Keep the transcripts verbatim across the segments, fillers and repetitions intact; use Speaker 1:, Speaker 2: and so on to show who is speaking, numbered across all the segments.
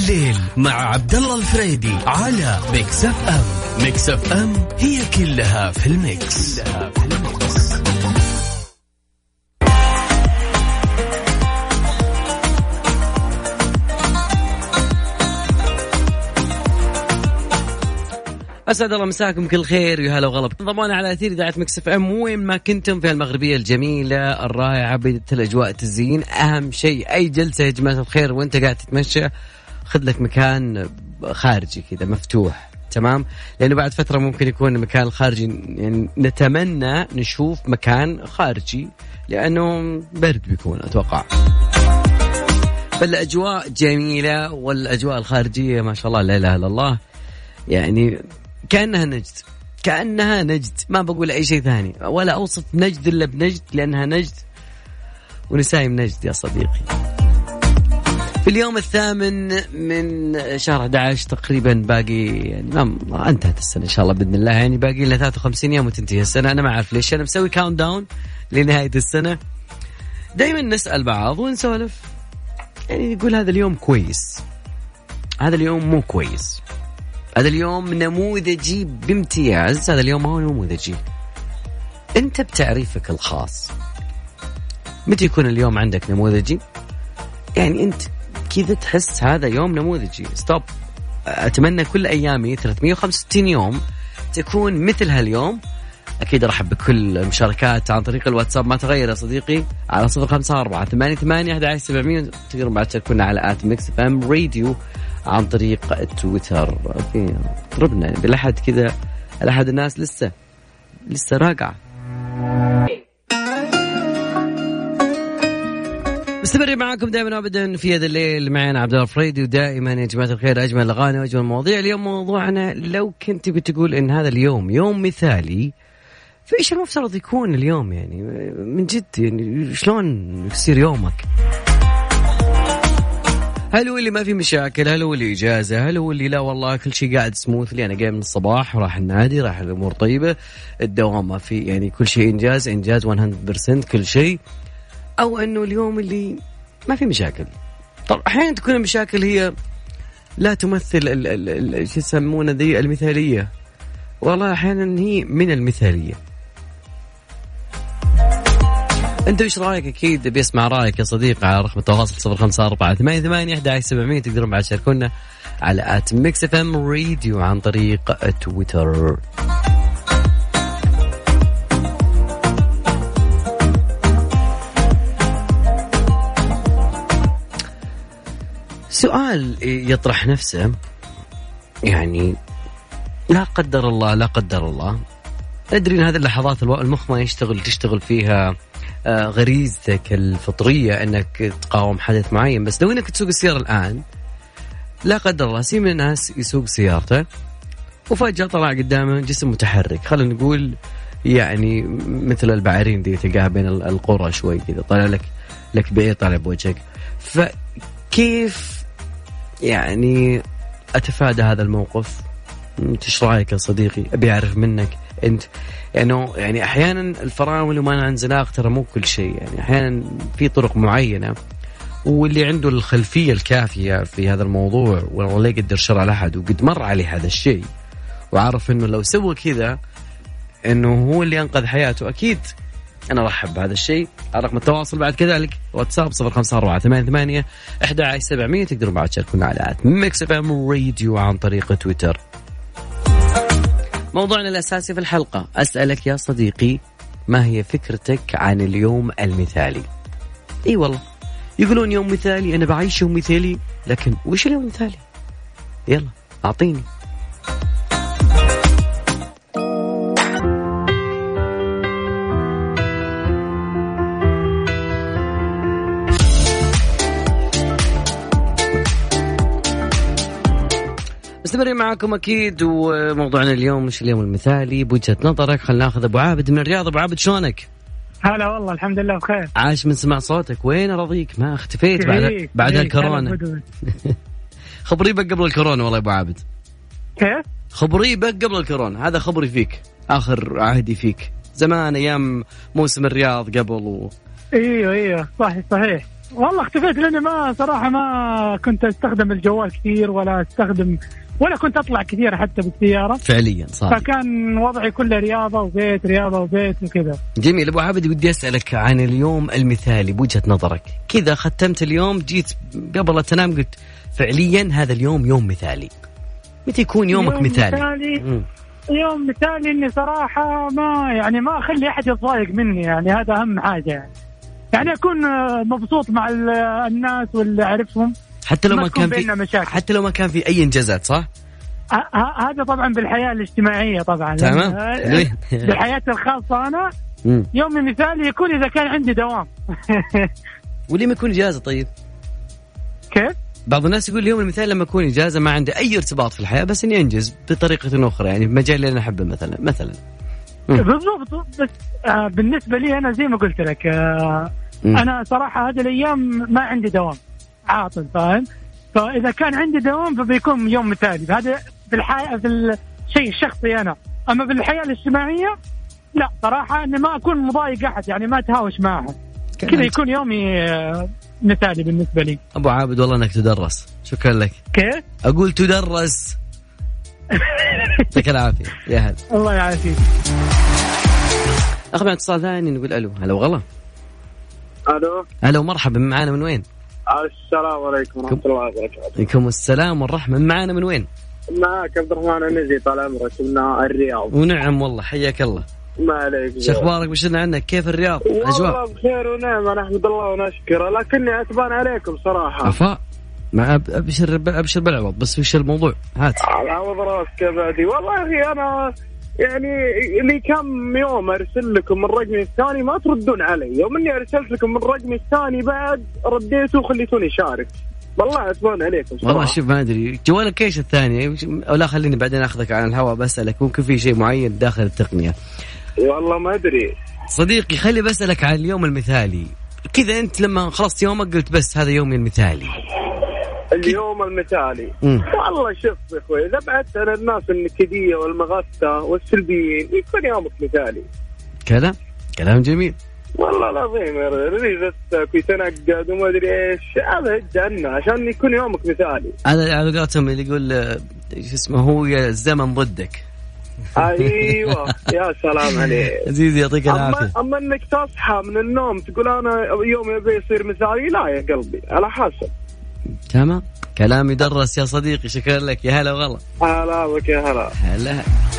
Speaker 1: الليل مع عبد الله الفريدي على ميكس اف ام. ميكس اف ام هي كلها في الميكس, كلها في الميكس. أسعد الله مساكم كل خير ويا هلا وغلا. انضمونا على أثير إذاعة ميكس اف ام وين ما كنتم في المغربية الجميلة الرائعة بدت الأجواء تزين. أهم شيء أي جلسة يا جماعة الخير وأنت قاعد تتمشى خذ لك مكان خارجي كذا مفتوح، تمام؟ لأنه بعد فترة ممكن يكون المكان الخارجي يعني نتمنى نشوف مكان خارجي لأنه برد بيكون أتوقع. فالأجواء جميلة والأجواء الخارجية ما شاء الله لا إله إلا الله، يعني كأنها نجد كأنها نجد ما بقول أي شيء ثاني ولا أوصف نجد إلا بنجد لأنها نجد ونسايم نجد يا صديقي. في اليوم الثامن من شهر أحد عشر تقريبا باقي يعني ما انتهت السنة إن شاء الله بإذن الله، يعني باقي لنا ثلاثة وخمسين يوم وتنتهي السنة. أنا ما أعرف ليش أنا مسوي كاونت داون لنهاية السنة. دايما نسأل بعض ونسولف يعني نقول هذا اليوم كويس، هذا اليوم مو كويس، هذا اليوم نموذجي بامتياز، هذا اليوم ما هو نموذجي. أنت بتعريفك الخاص متى يكون اليوم عندك نموذجي؟ يعني أنت كذا تحس هذا يوم نموذجي ستوب. أتمنى كل أيامي ثلاثمية وخمسة وستين يوم تكون مثل هاليوم. أكيد أرحب بكل المشاركات عن طريق الواتساب ما تغير يا صديقي على صفر خمسة أربعة ثمانية ثمانية أحد عشر سبعمية. تقدرون بعد تشاركونا على آت ميكس اف ام راديو عن طريق التويتر. في ضربنا يعني بالأحد كذا، الأحد الناس لسه لسه راقعة. مستمر معاكم دائما أبدا في هذا الليل معنا عبد الله الفريدي، ودائما يا جماعة الخير أجمل الأغاني وأجمل المواضيع. اليوم موضوعنا لو كنت بتقول إن هذا اليوم يوم مثالي فإيش المفترض يكون اليوم؟ يعني من جد يعني شلون يصير يومك؟ هل هو اللي ما في مشاكل؟ هل هو اللي إجازة؟ هل هو اللي لا والله كل شيء قاعد سموثلي، أنا قايم من الصباح وراح النادي راح الأمور طيبة، الدوام ما في يعني كل شيء إنجاز إنجاز مية بالمية كل شيء؟ أو أنه اليوم اللي ما في مشاكل؟ طب أحيانا تكون المشاكل هي لا تمثل ال ال ال شو يسمونه ذي المثالية، والله أحيانا هي من المثالية. أنت إيش رأيك؟ أكيد بيسمع رأيك يا صديقي على رقم التواصل صفر خمسة أربعة ثمانية ثمانية أحد عشر سبعمية. تقدرون بعد تشاركونا على آت ميكس اف ام راديو عن طريق تويتر. سؤال يطرح نفسه، يعني لا قدر الله لا قدر الله أدري أن هذه اللحظات المخ ما يشتغل تشتغل فيها غريزتك الفطرية أنك تقاوم حدث معين، بس لو أنك تسوق السيارة الآن لا قدر الله سي من الناس يسوق سيارته وفجأة طلع قدامه جسم متحرك، خلينا نقول يعني مثل البعارين دي تلقاها بين القرى شوي كذا، طلع لك لك بإيه طالع بوجهك، فكيف يعني أتفادى هذا الموقف؟ انت ايش رايك يا صديقي؟ ابي اعرف منك انت. يعني يعني احيانا الفراولة وما عن زناق ترى مو كل شيء، يعني احيانا في طرق معينه، واللي عنده الخلفيه الكافيه في هذا الموضوع والله يقدر شرع لاحد وقد مر عليه هذا الشيء وعرف انه لو سوى كذا انه هو اللي انقذ حياته، اكيد انا ارحب بهذا الشيء. رقم التواصل بعد كذلك واتساب صفر خمسة أربعة ثمانية ثمانية أحد عشر سبعمية. تقدروا بعد تشاركونا على آت ميكس اف ام راديو عن طريق تويتر. موضوعنا الأساسي في الحلقة، أسألك يا صديقي ما هي فكرتك عن اليوم المثالي؟ اي والله يقولون يوم مثالي، أنا بعيش يوم مثالي، لكن وش اليوم المثالي؟ يلا أعطيني. مستمرين معاكم أكيد، وموضوعنا اليوم مش اليوم المثالي بوجهة نظرك. خلنا ناخذ أبو عابد من الرياض. أبو عابد شلونك؟
Speaker 2: هلا والله الحمد لله بخير.
Speaker 1: عاش من سمع صوتك، وين أراضيك؟ ما اختفيت بعد بعد الكورونا. خبري بك قبل الكورونا والله أبو عابد.
Speaker 2: كيف؟
Speaker 1: خبري بك قبل الكورونا، هذا خبري فيك، آخر عهدي فيك زمان أيام موسم الرياض قبل و...
Speaker 2: ايوه ايوه صحيح صحيح. والله اختفيت لاني ما صراحه ما كنت استخدم الجوال كثير ولا استخدم ولا كنت اطلع كثير حتى بالسياره
Speaker 1: فعليا صح.
Speaker 2: فكان وضعي كله رياضه وبيت رياضه وبيت وكذا.
Speaker 1: جميل. ابو عابد ودي اسالك عن اليوم المثالي بوجهه نظرك كذا. ختمت اليوم جيت قبل تنام قلت فعليا هذا اليوم يوم مثالي. متى يكون يومك
Speaker 2: يوم
Speaker 1: مثالي؟
Speaker 2: مثالي يوم مثالي اني صراحه ما يعني ما اخلي احد يتضايق مني، يعني هذا اهم حاجه. يعني يعني اكون مبسوط مع الناس واللي اعرفهم
Speaker 1: حتى لو ما, ما كان في حتى لو ما كان في اي انجازات صح.
Speaker 2: هذا طبعا بالحياه الاجتماعيه طبعا.
Speaker 1: تمام.
Speaker 2: بالحياه الخاصه انا مم. يومي مثالي يكون اذا كان عندي دوام.
Speaker 1: وليه ما يكون اجازه؟ طيب
Speaker 2: كيف؟
Speaker 1: بعض الناس يقول اليوم المثالي لما اكون اجازه ما عندي اي ارتباط في الحياه بس اني انجز بطريقه اخرى، يعني بمجال اللي انا احبه مثلا مثلا
Speaker 2: بالضبط. بس آه بالنسبه لي انا زي ما قلت لك آه انا صراحه هذه الايام ما عندي دوام عاطل، فاهم؟ فاذا كان عندي دوام فبيكون يوم مثالي. هذا في الحياه في الشيء الشخصي انا. اما بالحياه الاجتماعيه لا صراحه اني ما اكون مضايق احد، يعني ما اتهاوش مع احد كذا، يكون يومي آه مثالي بالنسبه لي.
Speaker 1: ابو عابد والله انك تدرس، شكرا لك.
Speaker 2: كيف
Speaker 1: اقول تدرس. يعطيك العافيه. يا هلا.
Speaker 2: الله يعافيك.
Speaker 1: اخذنا اتصال ثاني نقول الو. هلا وغلا.
Speaker 3: الو
Speaker 1: الو مرحبا، معانا من وين؟
Speaker 3: السلام عليكم ورحمه الله وبركاته.
Speaker 1: عليكم السلام والرحمه. معانا من وين؟
Speaker 3: معك عبد الرحمن النزي طال عمرك من الرياض.
Speaker 1: ونعم والله حياك الله.
Speaker 3: ما عليك.
Speaker 1: شو اخبارك؟ بشرنا عنك، كيف الرياض؟
Speaker 3: والله بخير ونعم نحمد الله ونشكره، لكني اتبان عليكم صراحه.
Speaker 1: عفا ما ابشر ابشر بالعوض، بس وش الموضوع؟ هات
Speaker 3: على عوض راسك يا بعدي. والله اخي انا يعني لي كم يوم ارسل لكم من رقمي الثاني ما تردون علي، يوم اني ارسلت لكم من رقمي الثاني بعد رديتوا وخليتوني شارك. والله اتبان عليكم صراحه.
Speaker 1: والله شوف ما ادري جوالك ايش الثاني، او لا خليني بعدين اخذك على الهواء بسالك، ممكن في شيء معين داخل التقنيه.
Speaker 3: والله ما ادري
Speaker 1: صديقي. خلي بسالك عن اليوم المثالي كذا. انت لما خلصت يومك قلت بس هذا يومي المثالي.
Speaker 3: اليوم المثالي م. والله شوف يا اخوي، اذا بعدت عن الناس النكديه والمغثه والسلبيين يكون يومك مثالي.
Speaker 1: كلام كلام جميل
Speaker 3: والله العظيم يا رجل. يتنقد وما ادري ايش، هذا الجنه عشان يكون يومك مثالي.
Speaker 1: هذا على قولتهم اللي يقول ايش اسمه، هو الزمن ضدك.
Speaker 3: ايوه يا سلام عليك
Speaker 1: عزيزي يعطيك العافيه.
Speaker 3: أما, اما انك تصحى من النوم تقول انا يومي يبي يصير مثالي، لا يا قلبي على حسب.
Speaker 1: تمام كلام يدرس يا صديقي. شكرا لك. يا هلا وغلا.
Speaker 3: هلا بك يا هلا.
Speaker 1: هلا.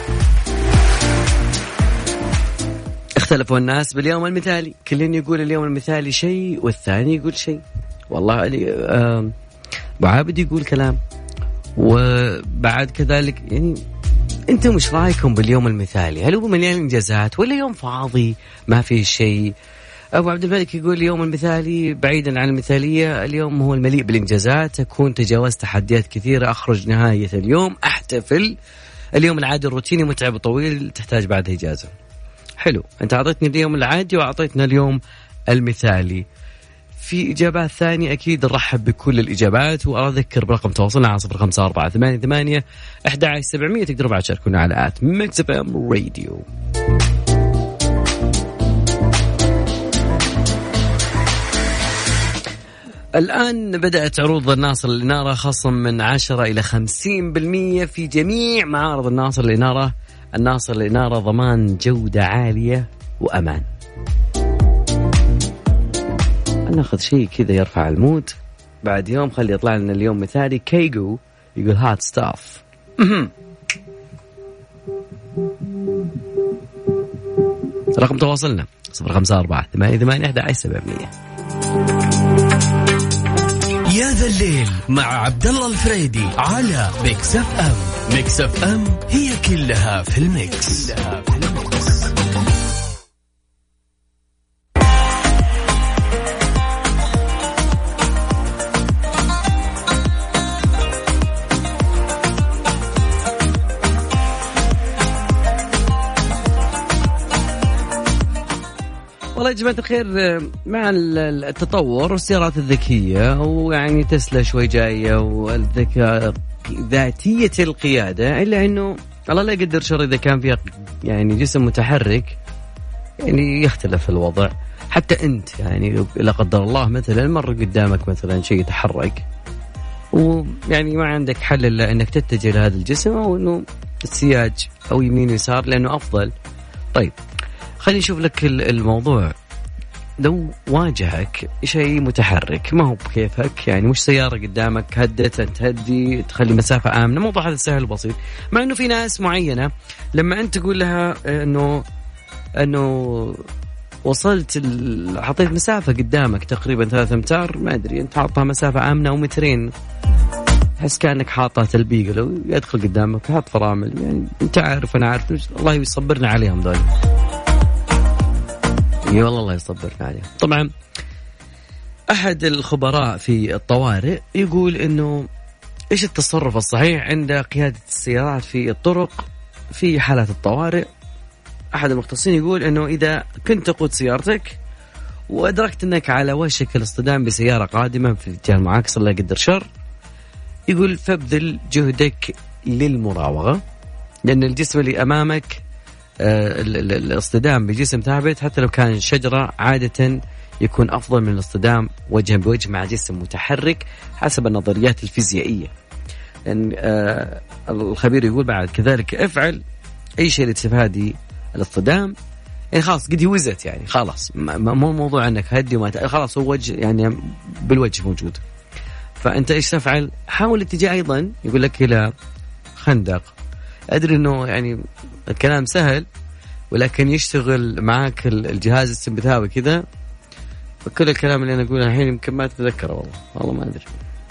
Speaker 1: اختلفوا الناس باليوم المثالي، كلين يقول اليوم المثالي شيء والثاني يقول شيء. والله ابو عابد يقول كلام، وبعد كذلك يعني انتم مش رايكم باليوم المثالي؟ هل هو مليان انجازات ولا يوم فاضي ما فيه شيء؟ ابو عبد الملك يقول اليوم المثالي بعيدا عن المثاليه، اليوم هو المليء بالانجازات، اكون تجاوزت تحديات كثيره، اخرج نهايه اليوم احتفل. اليوم العادي الروتيني متعب وطويل تحتاج بعد اجازه. حلو، انت اعطيتني اليوم العادي واعطيتنا اليوم المثالي. في اجابات ثانيه اكيد نرحب بكل الاجابات، واذكر برقم تواصلنا على صفر خمسة أربعة ثمانية ثمانية أحد عشر سبعمية. تقدروا بعد تشاركونا على آت ميكس اف ام راديو. الآن بدأت عروض الناصر للإنارة، خصم من عشرة إلى خمسين بالمية في جميع معارض الناصر للإنارة. الناصر للإنارة ضمان جودة عالية وأمان. ناخذ شيء كذا يرفع المود بعد يوم، خلي يطلع لنا اليوم مثالي. كيجو يقول هات ستاف. رقم تواصلنا صفر خمسة أربعة ثمانية ثمانية أحد عشر سبعمية.
Speaker 4: يا ذا الليل مع عبد الله الفريدي على ميكس اف ام. ميكس اف ام هي كلها في الميكس. كلها في الميكس.
Speaker 1: والله يا جماعة الخير، مع التطور والسيارات الذكية ويعني تسلا شوي جاية والذكاء ذاتية القيادة، إلا أنه الله لا يقدر شر إذا كان فيها يعني جسم متحرك يعني يختلف الوضع. حتى أنت يعني لا قدر الله مثلا مر قدامك مثلا شيء يتحرك ويعني ما عندك حل إلا أنك تتجه لهذا الجسم أو أنه السياج أو يمين ويسار لأنه أفضل. طيب خليني أشوف لك الموضوع. لو واجهك شيء متحرك ما هو بكيفك، يعني مش سيارة قدامك هدت أنت هدي تخلي مسافة آمنة، موضوع هذا سهل وبسيط. مع أنه في ناس معينة لما أنت تقول لها أنه أنه وصلت حطيت مسافة قدامك تقريبا ثلاثة أمتار، ما أدري أنت حاطها مسافة آمنة أو مترين، حس كأنك حاطها تلبيقة، لو يدخل قدامك حاط فرامل، يعني أنت عارف أنا عارف، الله يصبرنا عليهم ذول. اي والله الله يصبرنا عليه. طبعا احد الخبراء في الطوارئ يقول انه ايش التصرف الصحيح عند قيادة السيارات في الطرق في حالات الطوارئ. احد المختصين يقول انه اذا كنت تقود سيارتك وادركت انك على وشك الاصطدام بسيارة قادمة في الاتجاه المعاكس الله يقدر شر، يقول فابذل جهدك للمراوغة، لان الجسم اللي امامك الاصطدام بجسم ثابت حتى لو كان شجرة عادة يكون أفضل من الاصطدام وجها بوجه مع جسم متحرك حسب النظريات الفيزيائية. لأن آه الخبير يقول بعد كذلك افعل أي شيء لتفادي الاصطدام، يعني خلاص قد يوزت، يعني خلاص مو الموضوع أنك هدي وما خلاص هو وجه يعني بالوجه موجود. فأنت إيش تفعل؟ حاول اتجاه أيضا يقول لك إلى خندق. أدري أنه يعني الكلام سهل ولكن يشتغل معاك الجهاز السمبثاوي كذا، وكل الكلام اللي أنا أقوله الحين يمكن ما تتذكره والله والله ما أدري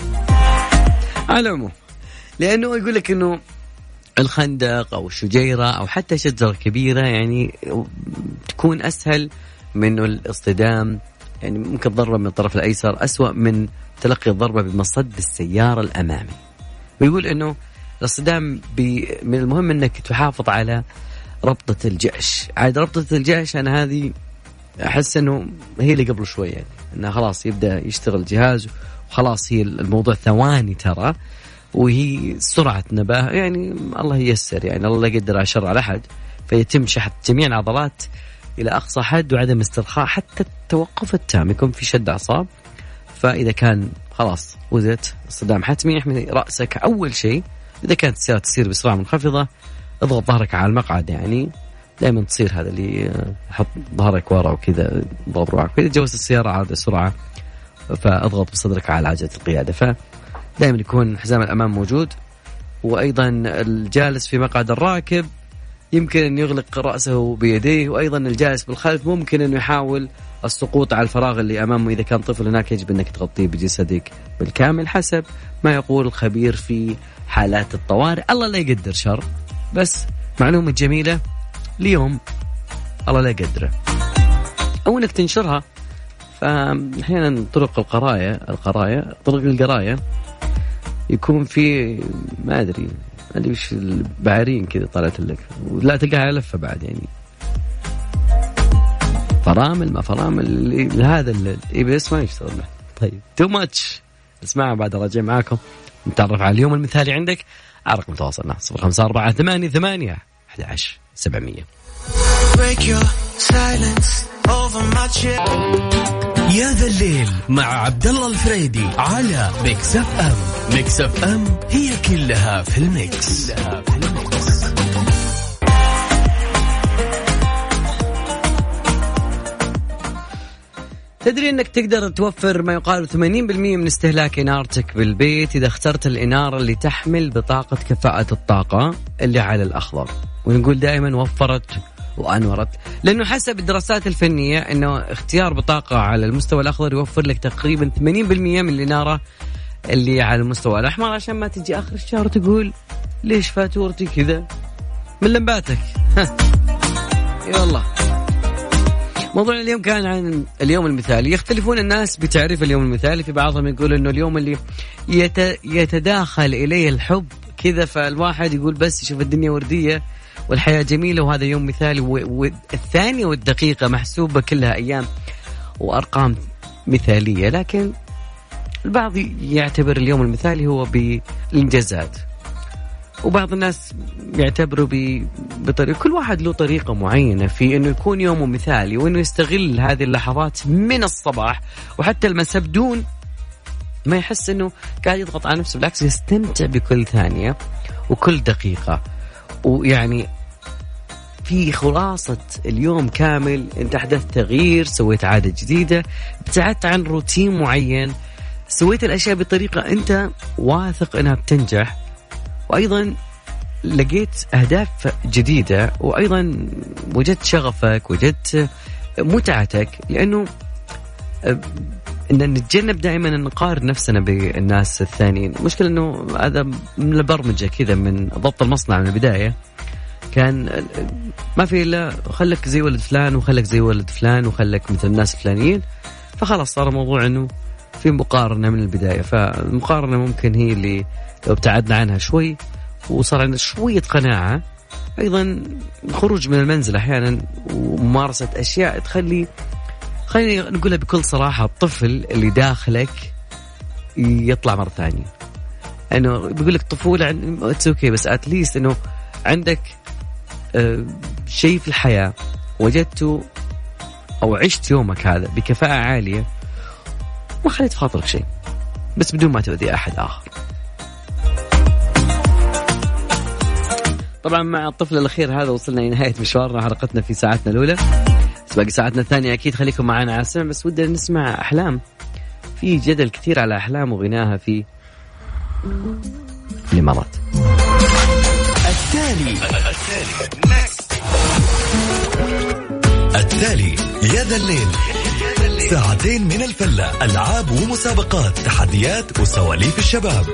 Speaker 1: على العموم، لأنه يقول لك أنه الخندق أو الشجيرة أو حتى شجرة كبيرة يعني تكون أسهل من الاصطدام، يعني ممكن ضربة من الطرف الأيسر أسوأ من تلقي الضربة بمصد السيارة الأمامي. ويقول أنه الاصطدام من المهم أنك تحافظ على ربطة الجأش. عاد ربطة الجأش أنا هذه أحس أنه هي اللي قبل شوية، يعني أنها خلاص يبدأ يشتغل الجهاز وخلاص هي الموضوع ثواني ترى، وهي سرعة نباه، يعني الله ييسر، يعني الله لا يقدر عشر على أحد، فيتم شحذ جميع العضلات إلى أقصى حد وعدم استرخاء حتى التوقف التام، يكون في شد أعصاب. فإذا كان خلاص وزت الصدام حتمي احمي رأسك أول شيء. إذا كانت السيارة تسير بسرعة منخفضة اضغط ظهرك على المقعد، يعني دائما تصير هذا اللي حط ظهرك ورا وكذا ضغط روعك. إذا جوز السيارة على سرعة فاضغط بصدرك على عجلة القيادة، فدائما يكون حزام الأمام موجود. وأيضا الجالس في مقعد الراكب يمكن أن يغلق رأسه بيديه، وأيضا الجالس بالخلف ممكن أنه يحاول السقوط على الفراغ اللي أمامه. إذا كان طفل هناك يجب أنك تغطيه بجسدك بالكامل حسب ما يقول الخبير في حالات الطوارئ. الله لا يقدر شر، بس معلومة جميلة اليوم الله لا يقدره أو أنك تنشرها. فأحيانا طرق القراية القراية طرق القراية يكون في ما أدري أدري وش البعارين كذا طلعت لك ولا تلقاها على لفة بعد، يعني فرامل ما فرامل هذا الاي بي اس ما يشتغل له. طيب تو ماتش اسمعوا بعد راجع معاكم نتعرف على اليوم المثالي عندك على رقم تواصلنا صفر خمسة أربعة ثمانية ثمانية أحد عشر سبعمية.
Speaker 4: يا ذا الليل مع عبد الله الفريدي على ميكس اف ام. ميكس اف ام هي كلها في الميكس, كلها في الميكس.
Speaker 1: تدري أنك تقدر توفر ما يقارب ثمانين بالمئة من استهلاك إنارتك بالبيت إذا اخترت الإنارة اللي تحمل بطاقة كفاءة الطاقة اللي على الأخضر. ونقول دائما وفرت وأنورت، لأنه حسب الدراسات الفنية أنه اختيار بطاقة على المستوى الأخضر يوفر لك تقريبا ثمانين بالمئة من الإنارة اللي على المستوى الأحمر، عشان ما تجي آخر الشهر تقول ليش فاتورتي كذا من لمباتك. اي والله. موضوع اليوم كان عن اليوم المثالي. يختلفون الناس بتعريف اليوم المثالي، في بعضهم يقول انه اليوم اللي يت... يتداخل اليه الحب كذا، فالواحد يقول بس يشوف الدنيا وردية والحياة جميلة وهذا يوم مثالي، والثانية والدقيقة محسوبة كلها أيام وأرقام مثالية. لكن البعض يعتبر اليوم المثالي هو بالإنجازات، وبعض الناس يعتبروا بطريقة، كل واحد له طريقة معينة في أنه يكون يومه مثالي وأنه يستغل هذه اللحظات من الصباح وحتى المساء بدون ما يحس أنه قاعد يضغط على نفسه، بالعكس يستمتع بكل ثانية وكل دقيقة. ويعني في خلاصة اليوم كامل أنت أحدثت تغيير، سويت عادة جديدة، ابتعدت عن روتين معين، سويت الأشياء بطريقة أنت واثق أنها بتنجح، وأيضا لقيت أهداف جديدة، وأيضا وجدت شغفك، وجدت متعتك. لأنه إن نتجنب دائما أن نقارن نفسنا بالناس الثانيين. المشكلة أنه هذا من البرمجة كذا، من ضبط المصنع من البداية كان ما في إلا خلك زي ولد فلان وخلك زي ولد فلان وخلك مثل الناس الفلانيين، فخلاص صار موضوع أنه في مقارنة من البداية. فالمقارنة ممكن هي اللي لو ابتعدنا عنها شوي وصار عندنا شوية قناعة، أيضا خروج من المنزل أحيانا وممارسة أشياء تخلي، خلينا نقولها بكل صراحة، الطفل اللي داخلك يطلع مرة ثانية. أنه بيقول لك طفولة اتس اوكي، بس اتليست أنه عندك آه شيء في الحياة وجدته أو عشت يومك هذا بكفاءة عالية، ما خليت خاطرك شيء، بس بدون ما تؤذي أحد آخر. طبعا مع الطفل الأخير هذا وصلنا لنهاية مشوارنا حلقتنا في ساعتنا الأولى، بس باقي ساعتنا الثانية أكيد خليكم معنا على السمع. بس ودنا نسمع أحلام، في جدل كثير على أحلام وغناها في الإمارات.
Speaker 4: التالي التالي يا ذا الليل، ساعتين من الفلة، ألعاب ومسابقات، تحديات وسواليف الشباب.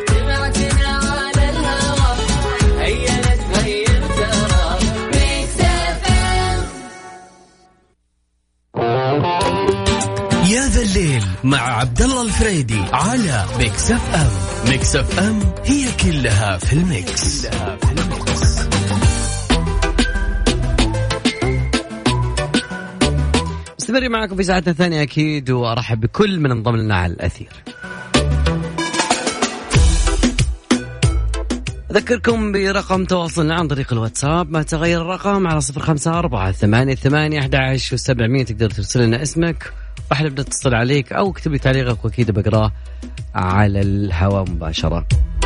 Speaker 4: يا ذا الليل مع عبد الله الفريدي على ميكس اف ام. ميكس اف ام هي كلها في الميكس.
Speaker 1: مستمر معكم في ساعتنا الثانية أكيد، وأرحب بكل من انضم لنا على الأثير. أذكركم برقم تواصلنا عن طريق الواتساب، ما تغير الرقم على صفر خمسة أربعة ثمانية ثمانية أحد عشر وسبعمية. تقدر ترسل لنا اسمك وإحنا بنتصل عليك، أو اكتب لي تعليقك وأكيد بقراه على الهواء مباشرة.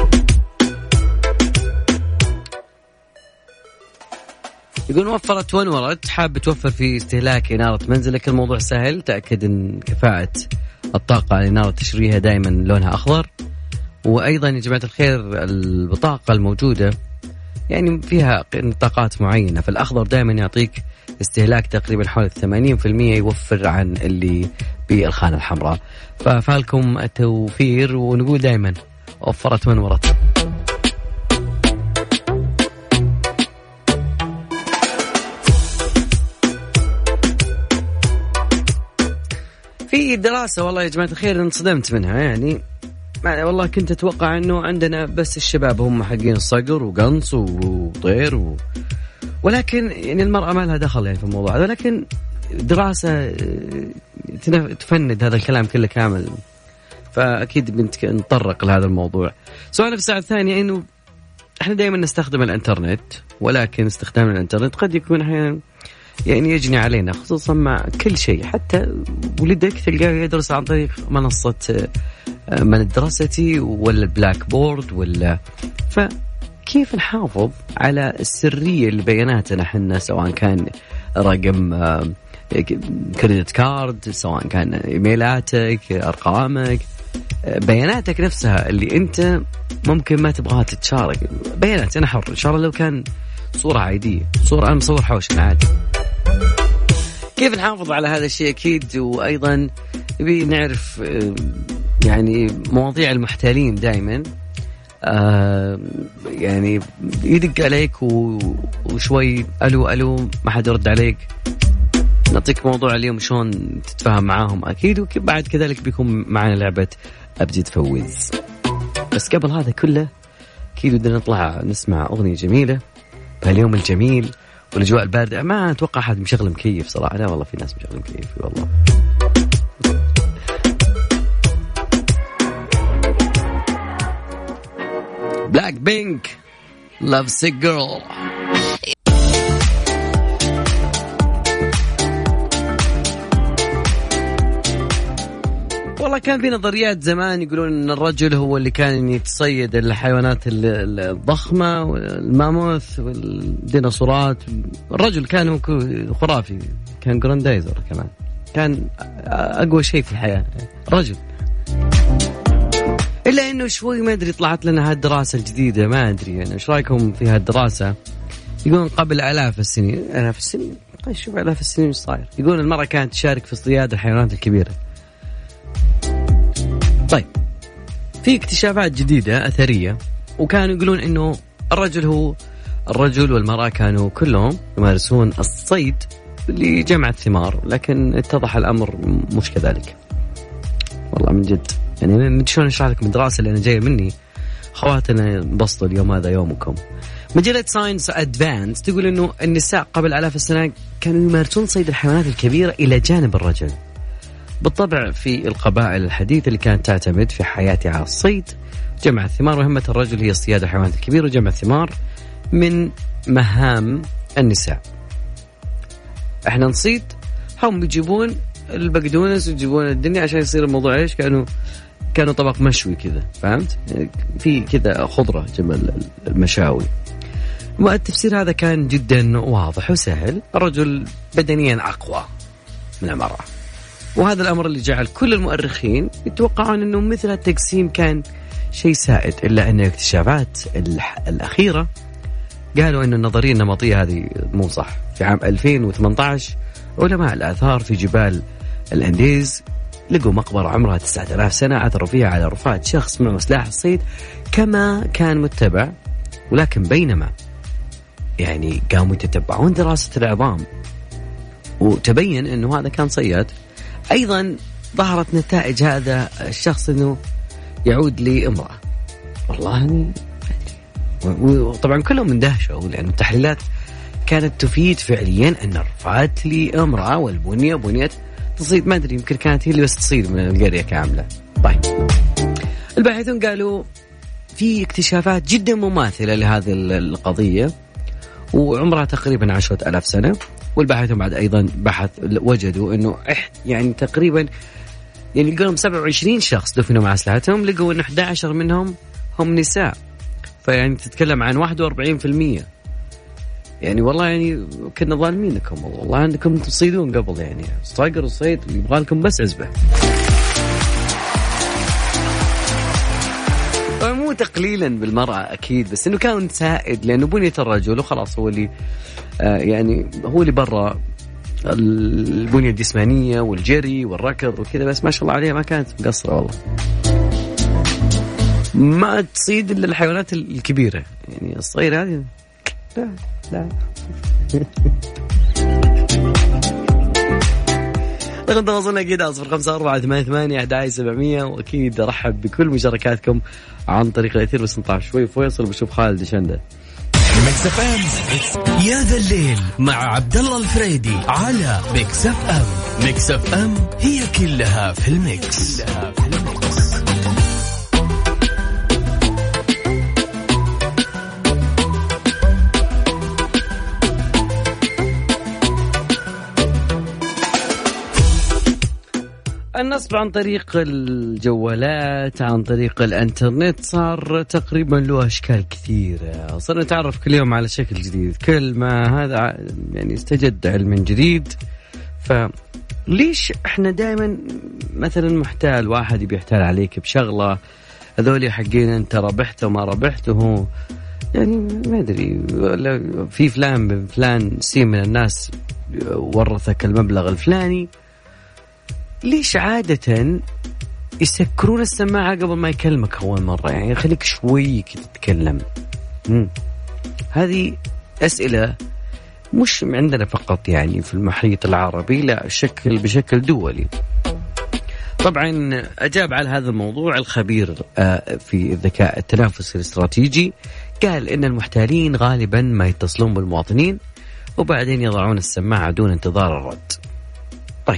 Speaker 1: يقول وفرت ونورت، حاب توفر في استهلاك إنارة منزلك. الموضوع سهل، تأكد أن كفاءة الطاقة الإنارة تشريها دائما لونها أخضر. وأيضا يا جماعة الخير البطاقة الموجودة يعني فيها نطاقات معينة، فالأخضر دائما يعطيك استهلاك تقريبا حوالي ثمانين بالمئة، يوفر عن اللي بالخانة الحمراء. ففالكم التوفير، ونقول دائما وفرت ونورت. في دراسة والله يا جماعة الخير انصدمت منها، يعني والله كنت أتوقع أنه عندنا بس الشباب هم حقين الصقر وقنص وطير و... ولكن يعني المرأة ما لها دخل يعني في الموضوع هذا. ولكن دراسة تفند هذا الكلام كله كامل، فأكيد بنتطرق لهذا الموضوع. سؤالنا في الساعة الثانية إنه إحنا دائما نستخدم الإنترنت، ولكن استخدام الإنترنت قد يكون أحيانا يعني يجني علينا، خصوصا مع كل شيء. حتى ولدك تلقاه يدرس عن طريق منصة من الدراسة ولا البلاك بورد ولا، فكيف نحافظ على السرية لبياناتنا حنا، سواء كان رقم كريدت كارد، سواء كان إيميلاتك، أرقامك، بياناتك نفسها اللي أنت ممكن ما تبغاها تتشارك. بيانات أنا حر إن شاء الله، لو كان صورة عادية، صورة أنا مصور حوش عادي. كيف نحافظ على هذا الشيء أكيد. وأيضا نبي نعرف يعني مواضيع المحتالين دائما، آه يعني يدق عليك وشوي ألو ألو ما حد يرد عليك، نعطيك موضوع اليوم شلون تتفاهم معاهم أكيد. وبعد كذلك بيكون معنا لعبة أبدي تفوز. بس قبل هذا كله أكيد بدنا نطلع نسمع أغنية جميلة بهاليوم الجميل والأجواء الباردة. ما أتوقع أحد مشغل مكيف صراحة، لا والله في ناس مشغل مكيف والله. بلاك بينك Love Sick Girl. والله كان في نظريات زمان يقولون ان الرجل هو اللي كان يتصيد الحيوانات الضخمة والماموث والديناصورات. الرجل كان خرافي، كان جراندايزر كمان، كان اقوى شيء في الحياة رجل. إلا إنه شوي ما أدري طلعت لنا هالدراسة الجديدة، ما أدري يعني إيش رأيكم في هالدراسة. يقولون قبل آلاف السنين، آلاف السنين طيب شوف آلاف السنين إيش صاير. يقولون المرأة كانت تشارك في اصطياد الحيوانات الكبيرة. طيب في اكتشافات جديدة أثرية، وكانوا يقولون إنه الرجل هو الرجل والمرأة كانوا كلهم يمارسون الصيد لجمع الثمار، لكن اتضح الأمر مش كذلك. والله من جد يعني من شلون اشرح لكم الدراسه اللي انا جايه مني. خواتنا بسطوا اليوم هذا يومكم. مجله ساينس ادفانس تقول انه النساء قبل آلاف السنين كانوا يمارسون صيد الحيوانات الكبيره الى جانب الرجل. بالطبع في القبائل الحديثه اللي كانت تعتمد في حياتها على الصيد جمع الثمار، وهمة الرجل هي اصطياد الحيوانات الكبيره وجمع الثمار من مهام النساء. احنا نصيد، هم بيجيبون البقدونس ويجيبون الدنيا عشان يصير الموضوع ايش، كانوا كانوا طبق مشوي كذا، فهمت؟ في كذا خضرة جنب المشاوي. والتفسير هذا كان جدا واضح وسهل، الرجل بدنيا أقوى من المرأة، وهذا الأمر اللي جعل كل المؤرخين يتوقعون أنه مثل التقسيم كان شيء سائد. إلا أن الاكتشافات الأخيرة قالوا أن النظرية النمطية هذه مو صح. في عام ألفين وثمانية عشر علماء الآثار في جبال الأنديز لقوا مقبرة عمرها تسعة آلاف سنة عثروا فيها على رفات شخص معه سلاح الصيد كما كان متبع، ولكن بينما يعني قاموا يتتبعون دراسة العظام وتبين أنه هذا كان صياد. أيضا ظهرت نتائج هذا الشخص أنه يعود لامرأة. والله يعني وطبعا كلهم اندهشوا لأن التحليلات كانت تفيد فعليا أن الرفات لامرأة والبنية بنية تصيد، ما أدري يمكن كانت هي اللي بس تصيد من القرية كاملة. طيب الباحثون قالوا في اكتشافات جدا مماثلة لهذه القضية وعمرها تقريبا عشرة ألاف سنة. والباحثون بعد أيضا بحث وجدوا أنه يعني تقريبا يعني لقوا سبعة وعشرين شخص دفنوا مع أسلحتهم، لقوا أنه أحد عشر منهم هم نساء، فيعني تتكلم عن واحد وأربعين بالمئة. يعني والله يعني كنا ظالمينكم، والله عندكم تصيدون قبل، يعني صاقر الصيد يبغى لكم بس عزبة. مو تقليلا بالمرأة أكيد، بس إنه كان سائد لأنه بنية الرجل وخلاص هو اللي آه يعني هو اللي برا البنية الجسمانية والجري والركض وكذا، بس ما شاء الله عليها ما كانت مقصرة والله. ما تصيد إلا الحيوانات الكبيرة، يعني الصغيرة هذه لا لا. رقم تواصلنا أكيد صفر خمسة أربعة ثمانية ثمانية أحد عشر سبعمية، وأكيد أرحب بكل مشاركاتكم عن طريق الأثير. بس نطلع شوي فيصل بشوف خالد شندة.
Speaker 4: يا ذا الليل مع عبد الله الفريدي على ميكس اف ام. ميكس اف ام هي كلها في الميكس. كلها في الميكس.
Speaker 1: النصب عن طريق الجوالات عن طريق الانترنت صار تقريبا له أشكال كثيرة، صرنا نتعرف كل يوم على شكل جديد، كل ما هذا يعني استجد علم جديد. فليش احنا دائما مثلا محتال واحد يبي يحتال عليك بشغلة، هذولي حقين انت ربحت وما ربحت، وهو يعني ما ادري في فلان فلان سي من الناس ورثك المبلغ الفلاني. ليش عادة يسكرون السماعة قبل ما يكلمك أول مرة؟ يعني خليك شوي كده تتكلم. مم. هذه أسئلة مش عندنا فقط يعني في المحيط العربي، لا شكل بشكل دولي. طبعا أجاب على هذا الموضوع الخبير في الذكاء التنافسي الاستراتيجي، قال إن المحتالين غالبا ما يتصلون بالمواطنين وبعدين يضعون السماعة دون انتظار الرد. طيب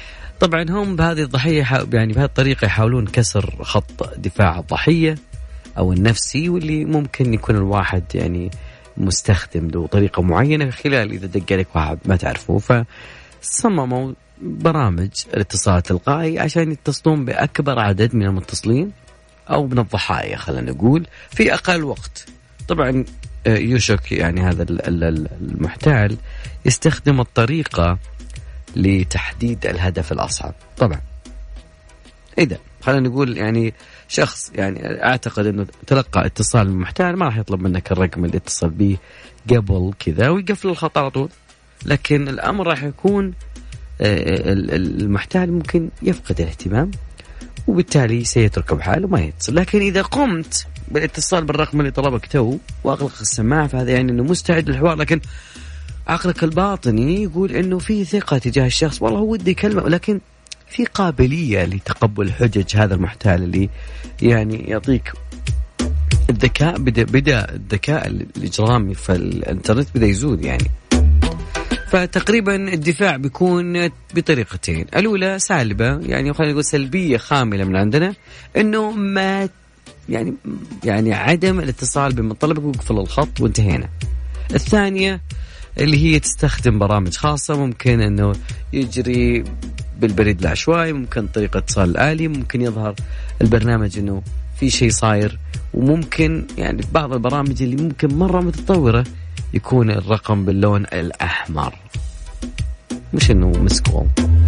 Speaker 1: طبعا هم بهذه الضحية يعني بهذه الطريقة يحاولون كسر خط دفاع الضحية أو النفسي، واللي ممكن يكون الواحد يعني مستخدم له طريقة معينة خلال إذا دق عليك واحد ما تعرفه. فصمموا برامج الاتصال التلقائي عشان يتصلون بأكبر عدد من المتصلين أو من الضحايا خلينا نقول في أقل وقت. طبعا يوشك يعني هذا المحتال يستخدم الطريقة لتحديد الهدف الأصعب. طبعا إذا خلينا نقول يعني شخص يعني أعتقد أنه تلقى اتصال من محتال ما راح يطلب منك الرقم اللي اتصل به قبل كذا ويقفل الخط على طول، لكن الأمر راح يكون المحتال ممكن يفقد الاهتمام وبالتالي سيترك بحاله وما يتصل. لكن إذا قمت بالاتصال بالرقم اللي طلبك تو وأغلق السماعة فهذا يعني أنه مستعد للحوار، لكن عقلك الباطني يقول أنه في ثقة تجاه الشخص، والله هو ودي كلمة، لكن في قابلية لتقبل حجج هذا المحتال اللي يعني يعطيك الذكاء. بدأ بدأ الذكاء الإجرامي في الإنترنت بدأ يزود يعني. فتقريبا الدفاع بيكون بطريقتين، الأولى سالبة يعني خلينا نقول سلبية خاملة من عندنا إنه ما يعني يعني عدم الاتصال بمطلبك وقفل الخط وانتهينا. الثانية اللي هي تستخدم برامج خاصة، ممكن إنه يجري بالبريد العشوائي، ممكن طريقة اتصال آلي، ممكن يظهر البرنامج إنه في شيء صاير، وممكن يعني بعض البرامج اللي ممكن مرة متطورة يكون الرقم باللون الأحمر مش إنه مسكول.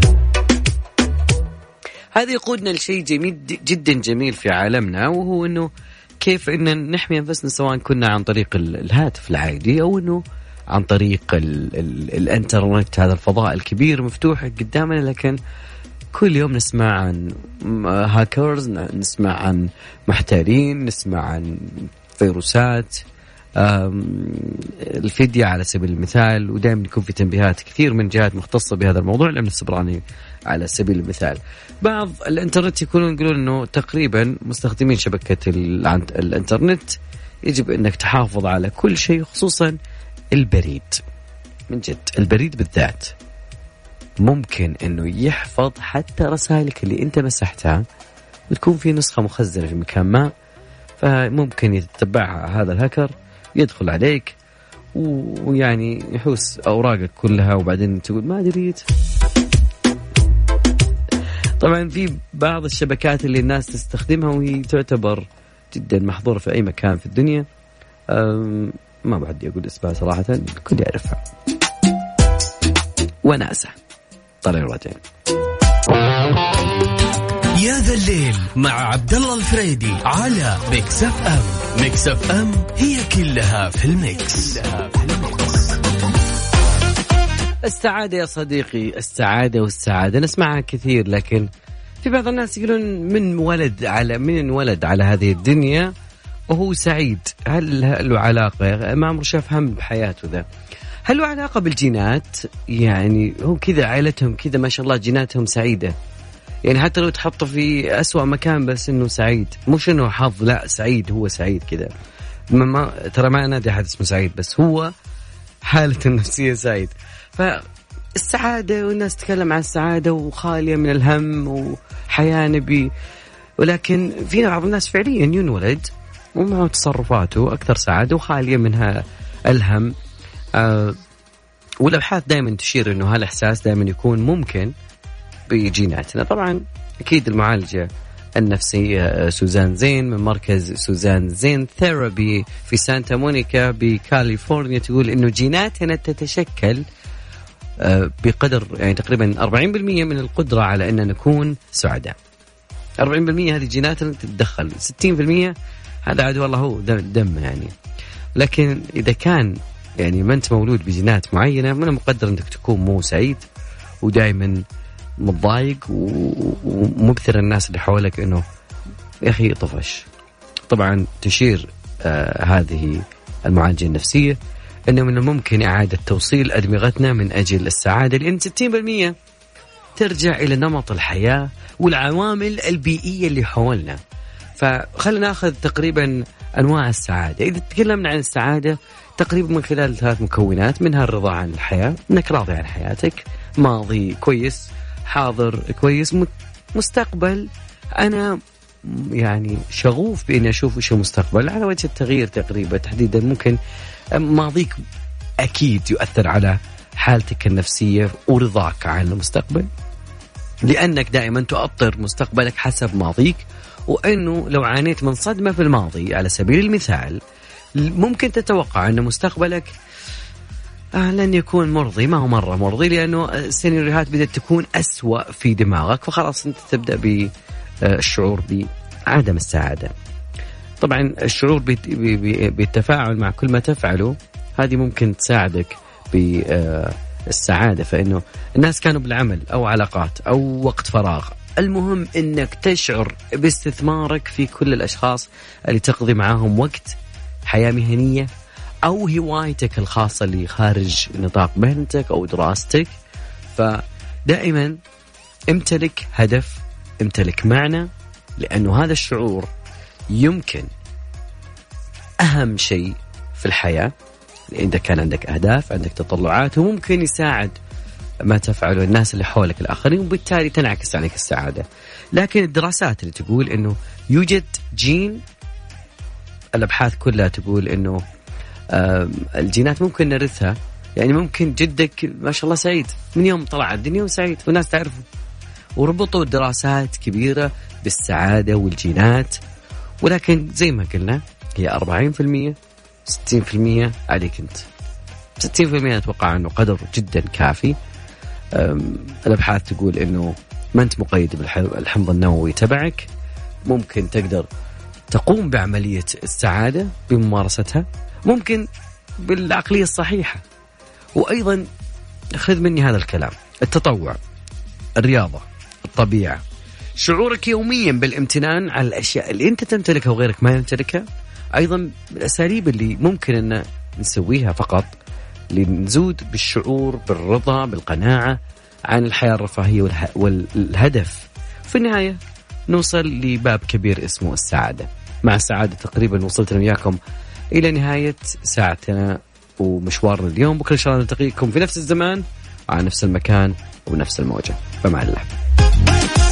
Speaker 1: هذا يقودنا لشيء جميل جدا جميل في عالمنا، وهو إنه كيف إن نحمي أنفسنا سواء كنا عن طريق الهاتف العادي أو إنه عن طريق ال ال الانترنت، هذا الفضاء الكبير مفتوح قدامنا، لكن كل يوم نسمع عن هاكرز، نسمع عن محتالين، نسمع عن فيروسات، الفدية على سبيل المثال، ودائما يكون في تنبيهات كثير من جهات مختصة بهذا الموضوع. الأمن السبراني على سبيل المثال. بعض الانترنت يكونون يقولون أنه تقريبا مستخدمين شبكة الانترنت يجب أنك تحافظ على كل شيء، خصوصا البريد. من جد البريد بالذات ممكن أنه يحفظ حتى رسائلك اللي أنت مسحتها وتكون في نسخة مخزنة في مكان ما، فممكن يتبعها هذا الهاكر، يدخل عليك ويعني يحوس أوراقك كلها وبعدين تقول ما دريت. طبعا في بعض الشبكات اللي الناس تستخدمها وهي تعتبر جدا محظورة في أي مكان في الدنيا، ما بعد يقول اسمها صراحة، الكل يعرفها، وناسة طلع الواتين.
Speaker 4: يا ذا الليل مع عبد الله الفريدي على ميكس اف ام. ميكس اف ام هي كلها في الميكس.
Speaker 1: السعادة يا صديقي، السعادة والسعادة نسمعها كثير، لكن في بعض الناس يقولون من ولد على من ولد على هذه الدنيا وهو سعيد. هل له علاقة؟ ما عمره شاف هم بحياته ذا. هل له علاقة بالجينات؟ يعني هو كذا عائلتهم كذا ما شاء الله جيناتهم سعيدة، يعني حتى لو تحطه في أسوأ مكان بس إنه سعيد، مش إنه حظ، لا سعيد، هو سعيد كذا. ما ما ترى ما نادي أحد اسمه سعيد، بس هو حالته النفسية سعيد. فالسعادة والناس تتكلم عن السعادة وخالية من الهم وحياة نبي، ولكن في بعض الناس فعليا ينولد ومعه تصرفاته أكثر سعادة وخالية منها الهم. أه والأبحاث دائما تشير إنه هالإحساس دائما يكون ممكن بجيناتنا. طبعا أكيد المعالجة النفسية سوزان زين من مركز سوزان زين ثيرابي في سانتا مونيكا بكاليفورنيا تقول إنه جيناتنا تتشكل بقدر يعني تقريبا أربعين بالمئة من القدرة على أن نكون سعداء. أربعين بالمئة هذه جيناتنا تتدخل، ستين بالمئة هذا عاد والله هو دم يعني. لكن إذا كان يعني ما أنت مولود بجينات معينة، من المقدر أنك تكون مو سعيد ودائما متضايق ومبثر الناس اللي حولك إنه يا أخي طفش. طبعا تشير آه هذه المعالجة النفسية إنه من الممكن إعادة توصيل أدمغتنا من أجل السعادة، لأن ستين بالمئة ترجع إلى نمط الحياة والعوامل البيئية اللي حولنا. فخلنا نأخذ تقريبا أنواع السعادة. إذا تكلمنا عن السعادة تقريبا من خلال ثلاث مكونات، منها الرضا عن الحياة، إنك راضي عن حياتك، ماضي كويس، حاضر كويس، مستقبل أنا يعني شغوف بإني أشوف إيش المستقبل على وجه التغيير تقريبا تحديدا. ممكن ماضيك أكيد يؤثر على حالتك النفسية ورضاك عن المستقبل، لأنك دائما تؤطر مستقبلك حسب ماضيك. وأنه لو عانيت من صدمة في الماضي على سبيل المثال ممكن تتوقع أن مستقبلك آه لن يكون مرضي. ما هو مرة مرضي، لأنه السيناريوهات بدأت تكون أسوأ في دماغك، فخلاص أنت تبدأ بالشعور بعدم السعادة. طبعا الشعور بالتفاعل مع كل ما تفعله هذه ممكن تساعدك بالسعادة، فإنه الناس كانوا بالعمل أو علاقات أو وقت فراغ، المهم أنك تشعر باستثمارك في كل الأشخاص اللي تقضي معاهم وقت حياة مهنية أو هوايتك الخاصة اللي خارج نطاق مهنتك أو دراستك. فدائما امتلك هدف، امتلك معنى، لأنه هذا الشعور يمكن أهم شيء في الحياة. إذا كان عندك أهداف، عندك تطلعات، وممكن يساعد ما تفعله الناس اللي حولك الآخرين، وبالتالي تنعكس عليك السعادة. لكن الدراسات اللي تقول إنه يوجد جين، الأبحاث كلها تقول إنه الجينات ممكن نرثها. يعني ممكن جدك ما شاء الله سعيد من يوم طلع الدنيا وسعيد والناس تعرفه، وربطوا دراسات كبيرة بالسعادة والجينات. ولكن زي ما قلنا هي أربعين بالمئة ستين بالمئة عليك أنت. ستين بالمئة أتوقع أنه قدر جدا كافي. الأبحاث تقول أنه ما أنت مقيد بالحمض النووي تبعك، ممكن تقدر تقوم بعملية السعادة بممارستها، ممكن بالعقلية الصحيحة. وأيضا خذ مني هذا الكلام، التطوع، الرياضة، الطبيعة، شعورك يوميا بالامتنان على الأشياء اللي أنت تمتلكها وغيرك ما يمتلكها، أيضا الأساليب اللي ممكن أن نسويها فقط لنزود بالشعور بالرضا بالقناعة عن الحياة الرفاهية والهدف. في النهاية نوصل لباب كبير اسمه السعادة. مع السعادة تقريبا وصلت وياكم إلى نهاية ساعتنا ومشوارنا اليوم. بكرة إن شاء الله نلتقيكم في نفس الزمان على نفس المكان ونفس الموجة. فمع الله.